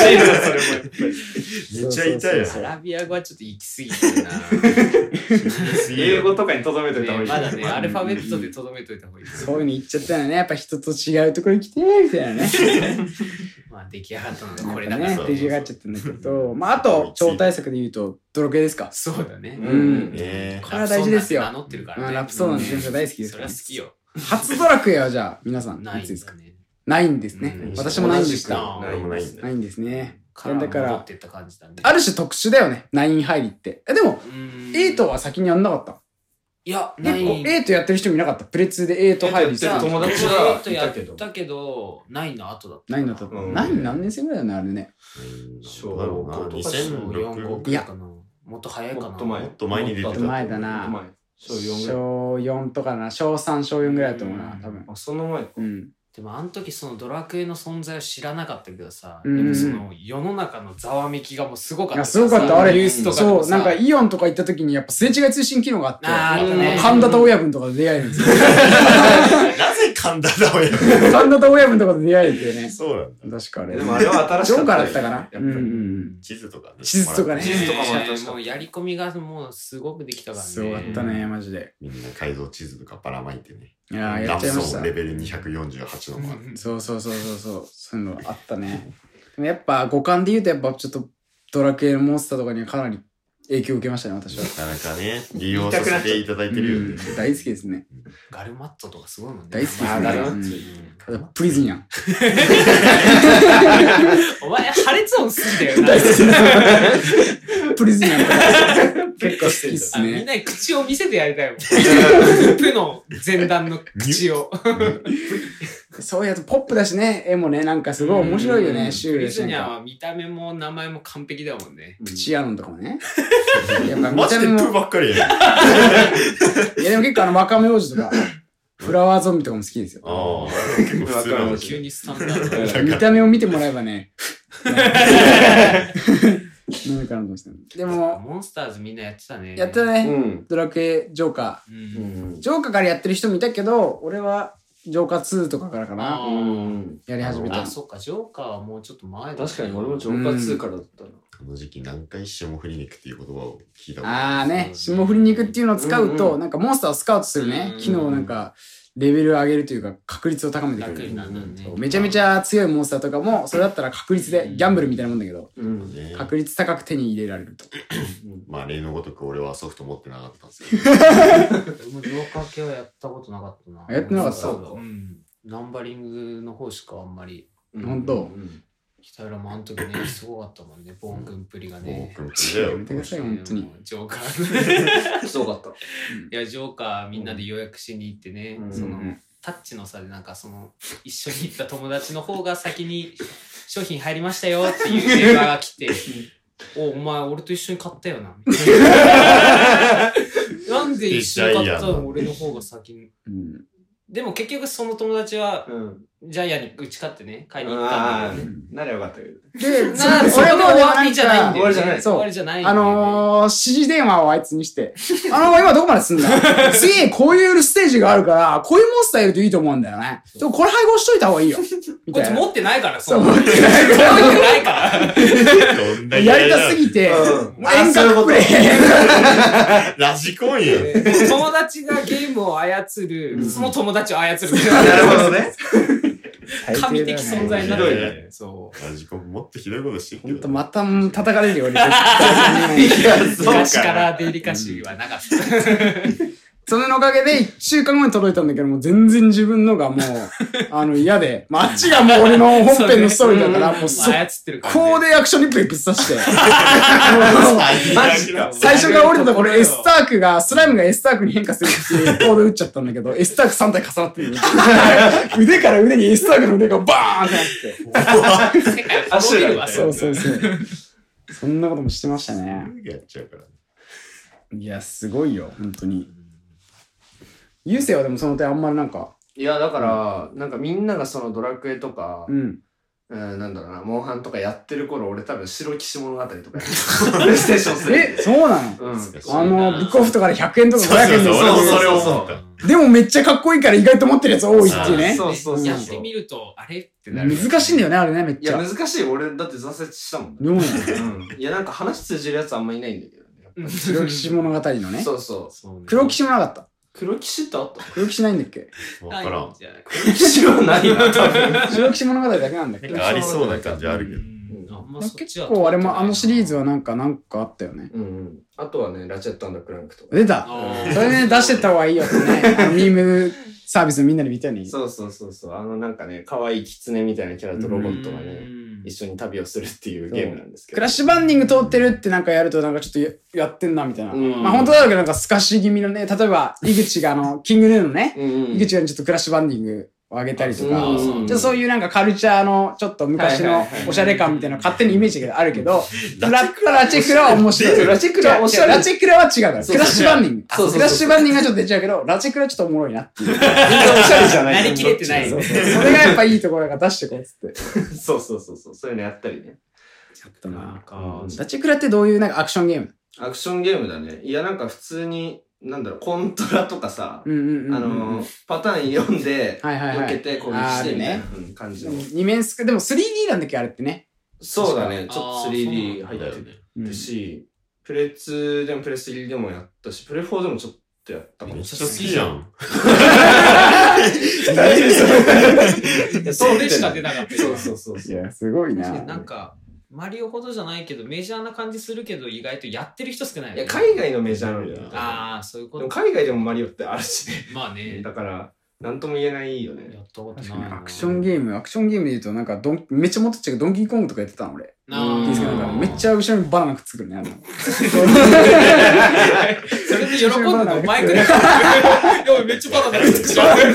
めっちゃ痛いよ。 アラビア語はちょっと行き過ぎてるな。 英語とかに留めといた方がいい。 まだね、アルファベットで留めといた方がいい。 そういうの言っちゃったらね、やっぱ人と違うところに来て、みたいなね。 まあ出来上がったので、これだからね、出来上がっちゃったんだけど、まああと、超大作で言うと、ドラクエですか。 そうだね。 これは大事ですよ。 名乗ってるからね。 ラプソーダの先生大好きです。 それは好きよ。 初ドラクエはじゃあ、皆さん、いつですか？ないんですね。私もないんでした。ないんですね。だから、ある種特殊だよね。9入りって。でも、8は先にやんなかった。 いや、 8やってる人もいなかった。プレ2で8入りさ。友達が 8やったけど、9の後だった。 9の後。9何年生ぐらいだね、あれね。 小5 いや、 もっと早いかな。 もっと前に出てた。 もっと前だな。小4とかな。小3、小4ぐらいだと思うな、多分。 その前か。 でもあの時そのドラクエの存在を知らなかったけどさ、でもその世の中のざわめきがもうすごかった。 すごかった、あれ。 ニュースとかそう、なんかイオンとか行った時にやっぱすれ違い通信機能があって、神田と親分とかで出会えるんですよ。 なぜ神田と親分神田と親分とかで出会えてね。 そうなんだ。 確かあれ。 でもあれは新しかった。 ジョーカーだったかな。 地図とかね。 地図とかね。 地図とかももうやり込みがもうすごくできたからね。 すごかったね、マジで。 みんな改造地図とかばらまいてね。 いややっちゃいました。 レベル248のもある。 そう。そういうのあったね。でもやっぱ五感で言うとやっぱちょっとドラクエのモンスターとかにはかなり影響を受けましたね、私は。 なかなかね、利用させていただいてるよね。 大好きですね。 ガルマットとかすごいもんね。 大好きですね。ガルマット。プリズンやん。 お前破裂音すんだよな。 プリズンやん。結構好きっすね。 みんなに口を見せてやりたいもん。プの前段の口を。 そうやとポップだしね、絵もね、なんかすごい面白いよね、シュールでし。プリズニャーは見た目も名前も完璧だもんね。 プチアノンとかもね。 マジでプーばっかりや。いやでも結構ワカメ王子とか、フラワーゾンビとかも好きですよ。 ああ、結構普通な急にスタンダード。 見た目を見てもらえばね。なんかなと思ってでも、 モンスターズみんなやってたね。 やってたね。ドラクエ、ジョーカー。ジョーカーからやってる人もいたけど、俺はジョーカー2とかからかな。やり始めた。 あ、そっか、ジョーカーはもうちょっと前だ。確かに俺もジョーカー2からだったな。 この時期何回霜降り肉っていう言葉を聞いたことあーね、霜降り肉っていうのを使うと、なんかモンスターをスカウトするね、機能をなんか、レベルを上げるというか確率を高めてくれる。めちゃめちゃ強いモンスターとかもそれだったら確率でギャンブルみたいなもんだけど、確率高く手に入れられると。 まあ例のごとく俺はソフト持ってなかったんですけど。 俺もジョーカー系はやったことなかったな。 やってなかった。 ナンバリングの方しかあんまり。 本当。 北浦もあの時ねすごかったもんね。ボン君プリがね。 ボン君プリだよ。 見てください本当に。 ジョーカー。 すごかった。 いやジョーカーみんなで予約しに行ってね。そのタッチの差でなんかその一緒に行った友達の方が先に商品入りましたよっていう電話が来て。お前俺と一緒に買ったよな。なんで一緒に買ったの俺の方が先に。でも結局その友達は、ジャイアンに打ち勝ってね、買いに行ったんだけどね。 ならよかったけど。 で、 俺も終わりじゃないんだよ。 終わりじゃない。 指示電話をあいつにして、今どこまで進んだ次、こういうステージがあるから、こういうモンスターいるといいと思うんだよね。でもこれ配合しといた方がいいよ。 こいつ持ってないから、 そう。持ってないから。やりたすぎて、遠隔プレイ。 ラジコンや。 友達がゲームを操る、その友達を操る。 なるほどね。 神的存在になってる。 そう。ラジコンもっとひどいことしてるけど。 ほんとまた叩かれるよ、俺。 昔からデリカシーはなかった。 それのおかげで1週間後に届いたんだけども、全然自分のがもう、嫌で、あっちがもう俺の本編のストーリーだから、もうこうでアクションリップにぶっ刺して。最初から降りたところ、エスタークが、スライムがエスタークに変化するっていうコード打っちゃったんだけど、エスターク3体重なってる。腕から腕にエスタークの腕がバーンってなって。 足がそう。そんなこともしてましたね。 やっちゃうからね。 いや、すごいよ、本当に。優勢はでもその点あんまりなんか、 いや、だから、なんかみんながそのドラクエとか、なんだろうな、モンハンとかやってる頃、俺多分白騎士物語とかやってた。プレイステーション3。 そうなの？ブックオフとかで100円とか500円でそれを思った。 でもめっちゃかっこいいから意外と持ってるやつ多いっていうね。 そうやってみると、あれってなる。 難しいんだよね、あれね、めっちゃ。 いや、難しい。俺、だって挫折したもん。いや、なんか話通じるやつあんまいないんだけどね。 黒騎士物語のね。 そうそう。 黒騎士もなかった。 黒騎士ってあった？ 黒騎士ないんだっけ？ わからん。 黒騎士はないな、多分。 黒騎士物語だけなんだっけ？ ありそうな感じあるけど。 結構あれも、あのシリーズはなんかあったよね。 あとはね、ラチェット&クランクとか。 出た！それね、出してった方がいいよってね。ミームサービスみんなで見たように。 そう。なんかね、可愛いキツネみたいなキャラとロボットがね、一緒に旅をするっていうゲームなんですけど。 クラッシュバンディング通ってるってなんかやるとなんかちょっとやってんなみたいな。まあ本当だけどなんか透かし気味のね、例えば、井口がキングヌーのね、井口がちょっとクラッシュバンディングを上げたりとか、ちょっとそういうなんかカルチャーのちょっと昔のおしゃれ感みたいな勝手にイメージがあるけど、ラチェクラは面白い。ラチェクラはおしゃれ。ラチェクラは違うから。クラッシュバンディング。クラッシュバンディングがちょっと出ちゃうけど、ラチェクラはちょっとおもろいなっていう。全然おしゃれじゃない。 なりきれてない。 それがやっぱいいところだから出してこうっつって。 そう。そういうのやったりね。 やったな。ラチェクラってどういうなんかアクションゲーム？ アクションゲームだね。いや、なんか普通に、なんだろう、コントラとかさ、パターン読んで、避けて攻撃してみたいな感じの。 2面スク、でも 3D なんだっけあれってね。 そうだね。ちょっと 3D 入ってるし、プレ2でもプレ3でもやったし、プレ4でもちょっとやったかも。 めっちゃ好きじゃん。 それしか出なかった。 そう。 いや、すごいな。 なんか、マリオほどじゃないけど、メジャーな感じするけど、意外とやってる人少ない。 いや、海外のメジャーなんだよ。 ああ、そういうこと。 でも海外でもマリオってあるしね。 まあね。 だから、なんとも言えないよね。 やったことない。 アクションゲームで言うと、なんかめっちゃ持ってっちゃうけど、ドンキーコングとかやってたの、俺。めっちゃ後ろにバナナくっつくるね、 それで喜んでたのマイクで。めっちゃバナナくっつくじゃん。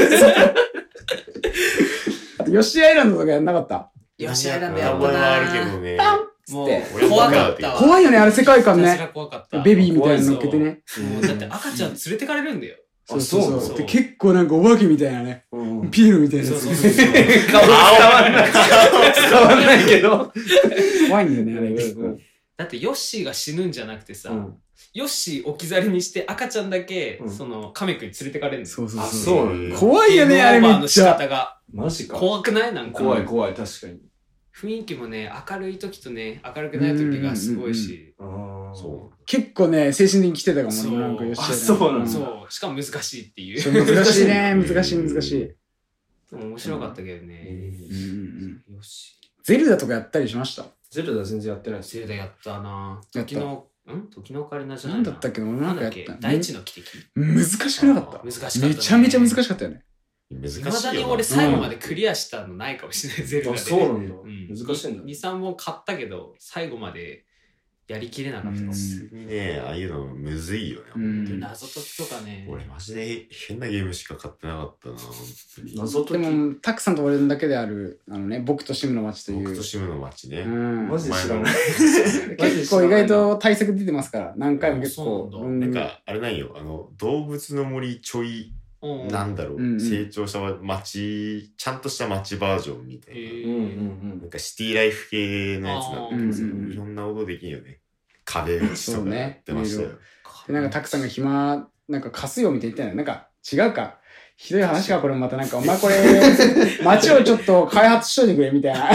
あと、ヨッシーアイランドとかやんなかった？ ヨッシーアイランドやったな。あるけどね。 もう怖かったわ。 怖いよね、あれ世界観ね。ベビーみたいなの乗っけてね。 だって赤ちゃん連れてかれるんだよ。 そう。で結構なんかお化けみたいなね。ピエロみたいなやつ。 顔伝わんないけど。 怖いんだよね、あれ結構。 だってヨッシーが死ぬんじゃなくてさ、ヨッシー置き去りにして赤ちゃんだけ、そのカメ君に連れてかれるんだよ。 そう。怖いよね、あれめっちゃ。 マジか。 怖くないなんか。 怖い、確かに。 雰囲気もね、明るい時とね、明るくない時がすごいし。 結構ね、精神的に来てたかもね、なんかよし。 そうなんだ。 そう。しかも難しいっていう。 難しいね、難しい。 面白かったけどね。よし。 ゼルダとかやったりしました？ ゼルダ全然やってない。 ゼルダやったな。時のオカリナじゃない。 なんだったっけ？俺なんかやった。 大地の奇跡。 難しくなかった？ 難しかった。 めちゃめちゃ難しかったよね。 未だに俺最後までクリアしたのないかもしれない、ゼルダで。 そうなんだ。難しいんだ。 2、3本買ったけど、最後までやりきれなかったです。 ねああいうのむずいよね。 謎解きとかね。 俺マジで変なゲームしか買ってなかったな、本当に。 謎解き。 でも、タクさんと俺だけである、僕とシムの街という。 僕とシムの街ね。 マジで知らない。 結構意外と対策出てますから、何回も結構。 なんか、あれなんよ、動物の森ちょい、なんだろう、成長した街、ちゃんとした街バージョンみたいな。なんかシティライフ系のやつなんだけどさ、いろんなことできんよね。壁打ちとかやってましたよ。 で、なんかタクさんが暇、なんか貸すよみたいに言ったよ。なんか違うか。ひどい話か、これまたなんか、お前これ、街をちょっと開発しといてくれみたいな。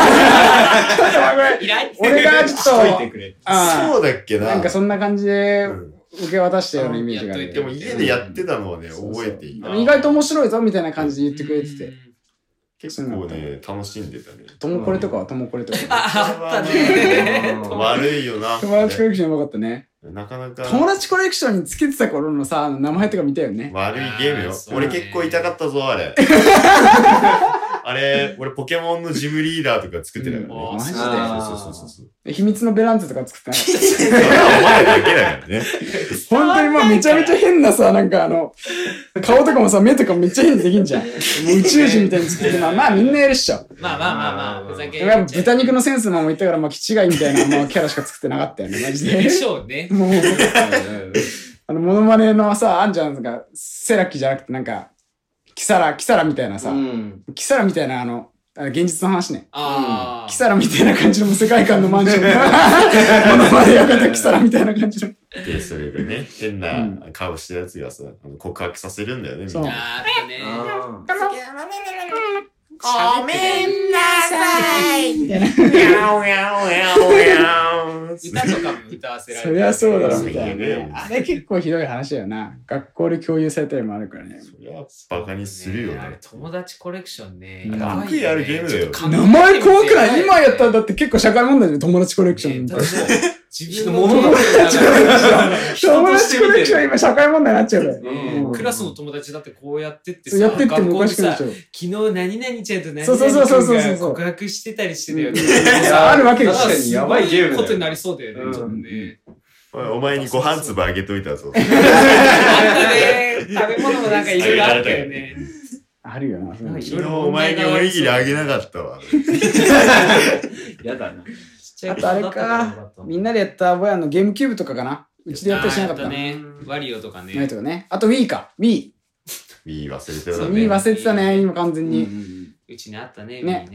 俺がちょっと、 そうだっけな。 なんかそんな感じで、受け渡したようなイメージがある。 でも家でやってたのはね、覚えていい。 意外と面白いぞみたいな感じで言ってくれてて。 結構ね、楽しんでたね。 ともこれとかはともこれとか。 あったね。 悪いよな。 友達コレクションよかったね。 なかなか。 友達コレクションにつけてた頃のさ、名前とか見たよね。 悪いゲームよ。俺結構痛かったぞ、あれ。あれ、俺ポケモンのジムリーダーとか作ってたからね。 マジで？ そう。 秘密のベランズとか作ってなかった。 それはお前だけだからね。 本当にまあめちゃめちゃ変なさ、なんか顔とかもさ、目とかめっちゃ変にできんじゃん。もう宇宙人みたいに作ってるのは、まあみんなやるっしょ。 まあ、ふざけ豚肉のセンスも言ったから、まあ、気違いみたいな、まあ、キャラしか作ってなかったよね、マジで。 でしょうね。 もう、モノマネのさ、あんじゃんか、セラキじゃなくて、なんか、キサラみたいなさ、キサラみたいな現実の話ね。キサラみたいな感じの世界観のマンションが、モノマネやったキサラみたいな感じの。 で、それでね、変な顔してるやつがさ、告白させるんだよね、みんな。 ごめんなさいみたいな。歌とかも歌わせられる。 そりゃそうだろ、みたいなね。あれ結構ひどい話だよな。学校で共有されたりもあるからね。 そりゃバカにするよね。 あれ友達コレクションね。 悪意あるゲームだよ。 名前怖くない？今やったらだって結構社会問題で友達コレクション。 自分のもの友達コレクション今社会問題になっちゃうから。 クラスの友達だってこうやってってさ、やってってもおかしくないでしょ。 昨日何々ちゃんと何々君が告白してたりしてたよね。 あるわけ確かにやばいゲームことになりそうだよね、ちょっとね。 お前にご飯粒あげといたぞ。 あったね。食べ物もなんかいろいろあったよね。 あるよな。 昨日お前におにぎりあげなかったわ。 やだな。 あとあれか、みんなでやったゲームキューブとかかな。うちでやったりしなかったね。ワリオとかね。 ないとかね。あと Wii か。Wii 忘れてたね。Wii 忘れてたね、今完全に。 うちにあったね、 ね。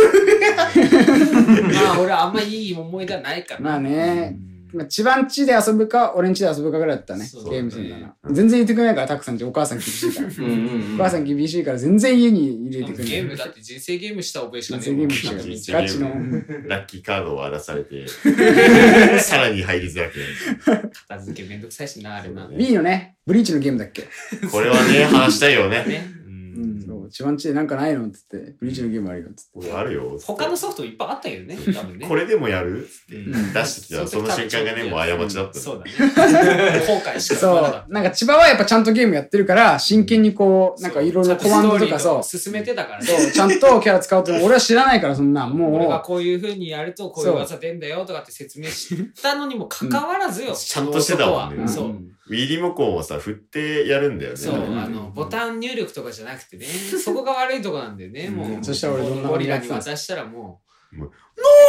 まあ俺あんまいい思い出はないから。 まあね。千葉んちで遊ぶか、俺んちで遊ぶかぐらいだったね。ゲームするんだな。全然入れてくれないから、たくさんちお母さん厳しいから。お母さん厳しいから全然家に入れてくれない。 ゲームだって人生ゲームした覚えしかねえ。 人生ゲームしたガチの。 ラッキーカードを渡されて、さらに入りづらくなる。 片付けめんどくさいしな、あれな。 Wii のね、ブリーチのゲームだっけ？ これはね、話したいよね。 千葉んちでなんかないのって言って、ブリーチのゲームあるよって言って。 あるよ。 他のソフトいっぱいあったけどね、多分ね。 これでもやるって出してきたら、その瞬間がね、もう過ちだった。 そうだね。後悔しかそう。なんか千葉はやっぱちゃんとゲームやってるから、真剣にこう、なんかいろいろコマンドとかそう。 進めてたからね。 そう、ちゃんとキャラ使うって俺は知らないから、そんな。もう。 俺がこういう風にやるとこういう技出んだよとかって説明したのにもかかわらずよ。 ちゃんとしてたもんね。 そう。 ウィーリモコンをさ、振ってやるんだよね。 そう、ボタン入力とかじゃなくてね、そこが悪いとこなんだよね、もう。 そしたら俺どんなゴリラに渡したらもう。 ノー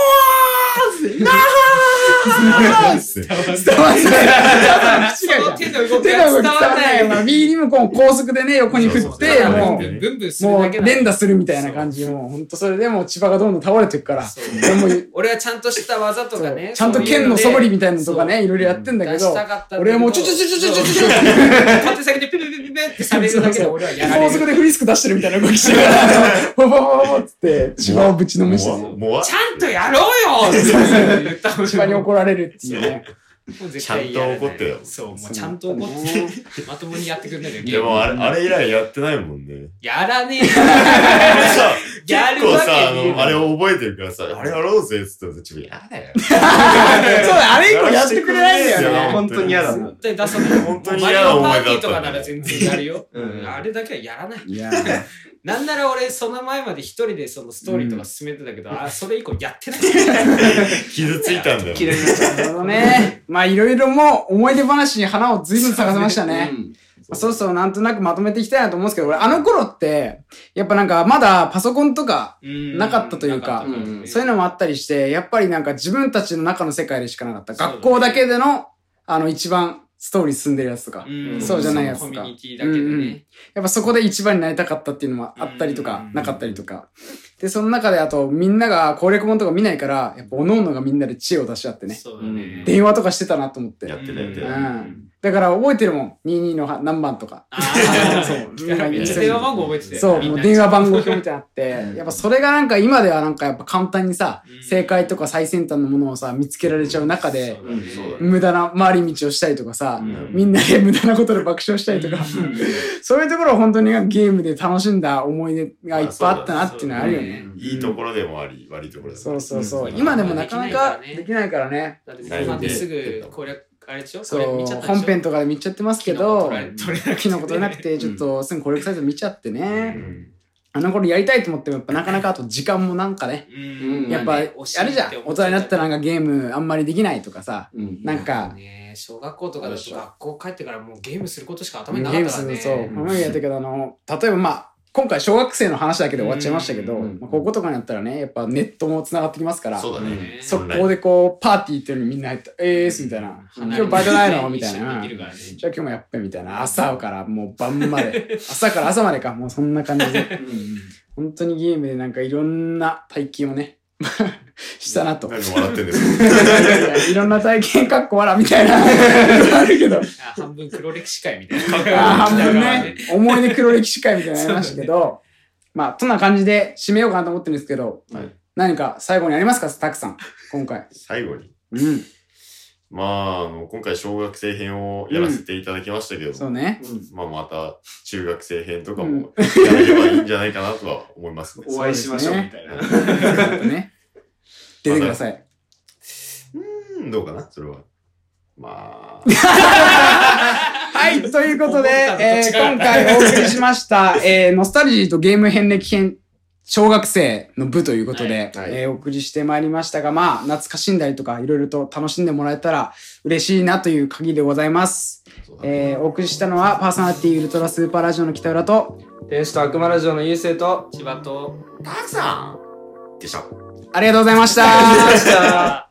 ス伝わんない。 手の動きが伝わんない。 まあ、Wii リモコンを高速でね、横に振って、もう連打するみたいな感じ。もう、ほんとそれでもう千葉がどんどん倒れていくから。 俺はちゃんとした技とかね。 ちゃんと剣の素振りみたいなのとかね、いろいろやってんだけど、俺はもうちょ勝手先でピピピピピってされるだけで俺はやられる。 高速でフリスク出してるみたいな動きしながら、ボボボボボって、千葉をぶちのめして。 ちゃんとやろうよって言った千葉に怒られるっていうね。 ちゃんと怒ってよ。 そう、もうちゃんと怒って、まともにやってくんないよ。 でもあれ以来やってないもんね。 やらねえよ。 結構さ、あれを覚えてるからさ、あれやろうぜっつったらちょっと嫌だよ。 そうだ、あれ以降やってくれないんだよね。 本当に嫌だ。 本当に出さない。 本当に嫌な思いだった。 マリオパーティーとかなら全然やるよ。あれだけはやらない。なんなら俺その前まで一人でそのストーリーとか進めてたけど、それ以降やってない。 傷ついたんだよ。 なるほどね。まあいろいろもう思い出話に花を随分咲かせましたね。そうそう、なんとなくまとめていきたいなと思うんですけど、俺あの頃って、やっぱなんかまだパソコンとかなかったというか、そういうのもあったりして、やっぱりなんか自分たちの中の世界でしかなかった。学校だけでの、一番ストーリー進んでるやつとか、そうじゃないやつとか。 コミュニティだけでね。 やっぱそこで一番になりたかったっていうのもあったりとか、なかったりとか。で、その中であとみんなが攻略本とか見ないから、やっぱ各々がみんなで知恵を出し合ってね。 そうだね。 電話とかしてたなと思って。 やってたやってた。 だから覚えてるもん。22の何番とか。 そう。電話番号覚えてて。 そう、もう電話番号表みたいなって。やっぱそれがなんか今ではなんかやっぱ簡単にさ、正解とか最先端のものをさ、見つけられちゃう中で、無駄な回り道をしたりとかさ、みんなで無駄なことで爆笑したりとか、そういうところを本当にゲームで楽しんだ思い出がいっぱいあったなっていうのはあるよね。 いいところでもあり、悪いところでもあそり。 うそうそう。今でもなかなかできないからね。 だって今ですぐ攻略、あれでしょ？ そう、本編とかで見ちゃってますけど、キノコ取れなくて、ちょっとすぐ攻略サイト見ちゃってね。あの頃やりたいと思ってもやっぱなかなかあと時間もなんかね、やっぱあるじゃん。大人になったらなんかゲームあんまりできないとかさ、なんか。 小学校とかだと学校帰ってからもうゲームすることしか頭になかったからね。 ゲームする、そう。やったけど例えばまあ、 今回小学生の話だけで終わっちゃいましたけど、高校とかになったらね、やっぱネットも繋がってきますから、 そうだね。 速攻でこう、パーティーっていうのにみんな入った、みたいな。今日バイトないのみたいな。じゃあ今日もやっぺみたいな。朝からもう晩まで。朝から朝までか。もうそんな感じで。本当にゲームでなんかいろんな体験をね、したなと。 何笑ってんですかいろんな体験かっこ笑みたいな。あるけど。 半分黒歴史会みたいな。 半分ね、思い出黒歴史会みたいになりましたけど、まあ、そんな感じで締めようかなと思ってるんですけど、何か最後にありますか、たくさん、今回。 最後にまあ、今回小学生編をやらせていただきましたけど、 そうね。 まあまた中学生編とかもやれればいいんじゃないかなとは思いますね。 お会いしましょうみたいな。 ね。出てください。 どうかなそれは。まあ。 はい、ということで、今回お送りしました、ノスタルジーとゲーム遍歴編小学生の部ということで、お送りしてまいりましたが、まあ、懐かしんだりとか、いろいろと楽しんでもらえたら嬉しいなという限りでございます。お送りしたのは、パーソナリティウルトラスーパーラジオの北浦と、 天使と悪魔ラジオの優勢と、 千葉と、 たくさんでした。 ありがとうございました。